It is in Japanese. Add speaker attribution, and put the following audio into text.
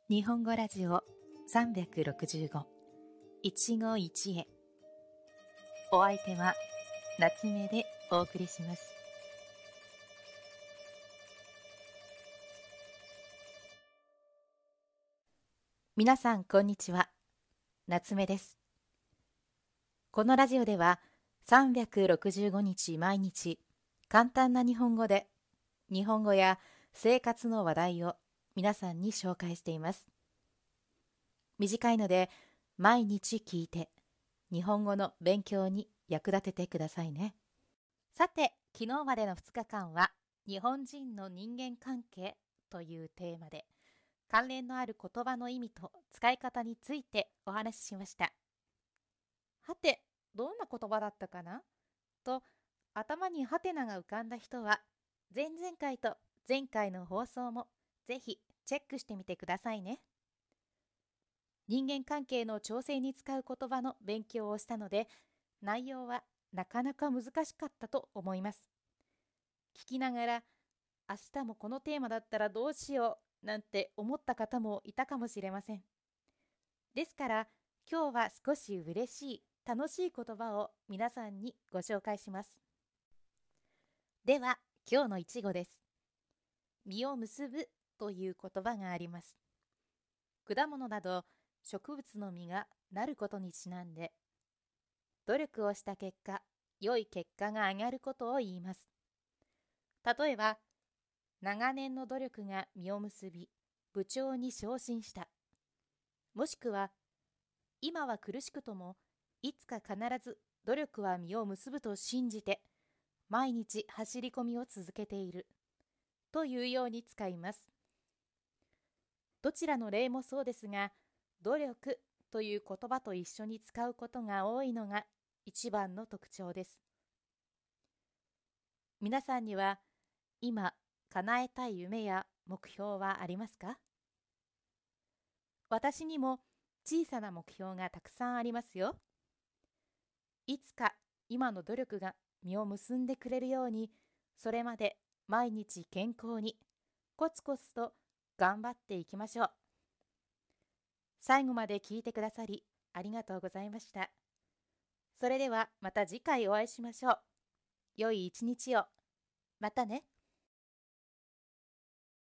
Speaker 1: 日本語ラジオ365一期一会。お相手は夏目でお送りします。皆さんこんにちは、夏目です。このラジオでは365日毎日簡単な日本語で日本語や生活の話題を皆さんに紹介しています。短いので毎日聞いて日本語の勉強に役立ててくださいね。さて、昨日までの2日間は日本人の人間関係というテーマで関連のある言葉の意味と使い方についてお話ししました。はて、どんな言葉だったかなと頭にハテナが浮かんだ人は前々回と前回の放送もぜひチェックしてみてくださいね。人間関係の調整に使う言葉の勉強をしたので、内容はなかなか難しかったと思います。聞きながら、明日もこのテーマだったらどうしようなんて思った方もいたかもしれません。ですから、今日は少し嬉しい、楽しい言葉を皆さんにご紹介します。では、今日の一語です。実を結ぶという言葉があります。果物など植物の実がなることにちなんで、努力をした結果、良い結果が上がることを言います。例えば、長年の努力が実を結び、部長に昇進した。もしくは、今は苦しくとも、いつか必ず努力は実を結ぶと信じて、毎日走り込みを続けている。というように使います。どちらの例もそうですが、努力という言葉と一緒に使うことが多いのが一番の特徴です。皆さんには今叶えたい夢や目標はありますか？私にも小さな目標がたくさんありますよ。いつか今の努力が実を結んでくれるように、それまで毎日健康にコツコツと頑張っていきましょう。最後まで聞いてくださりありがとうございました。それではまた次回お会いしましょう。良い一日を。またね。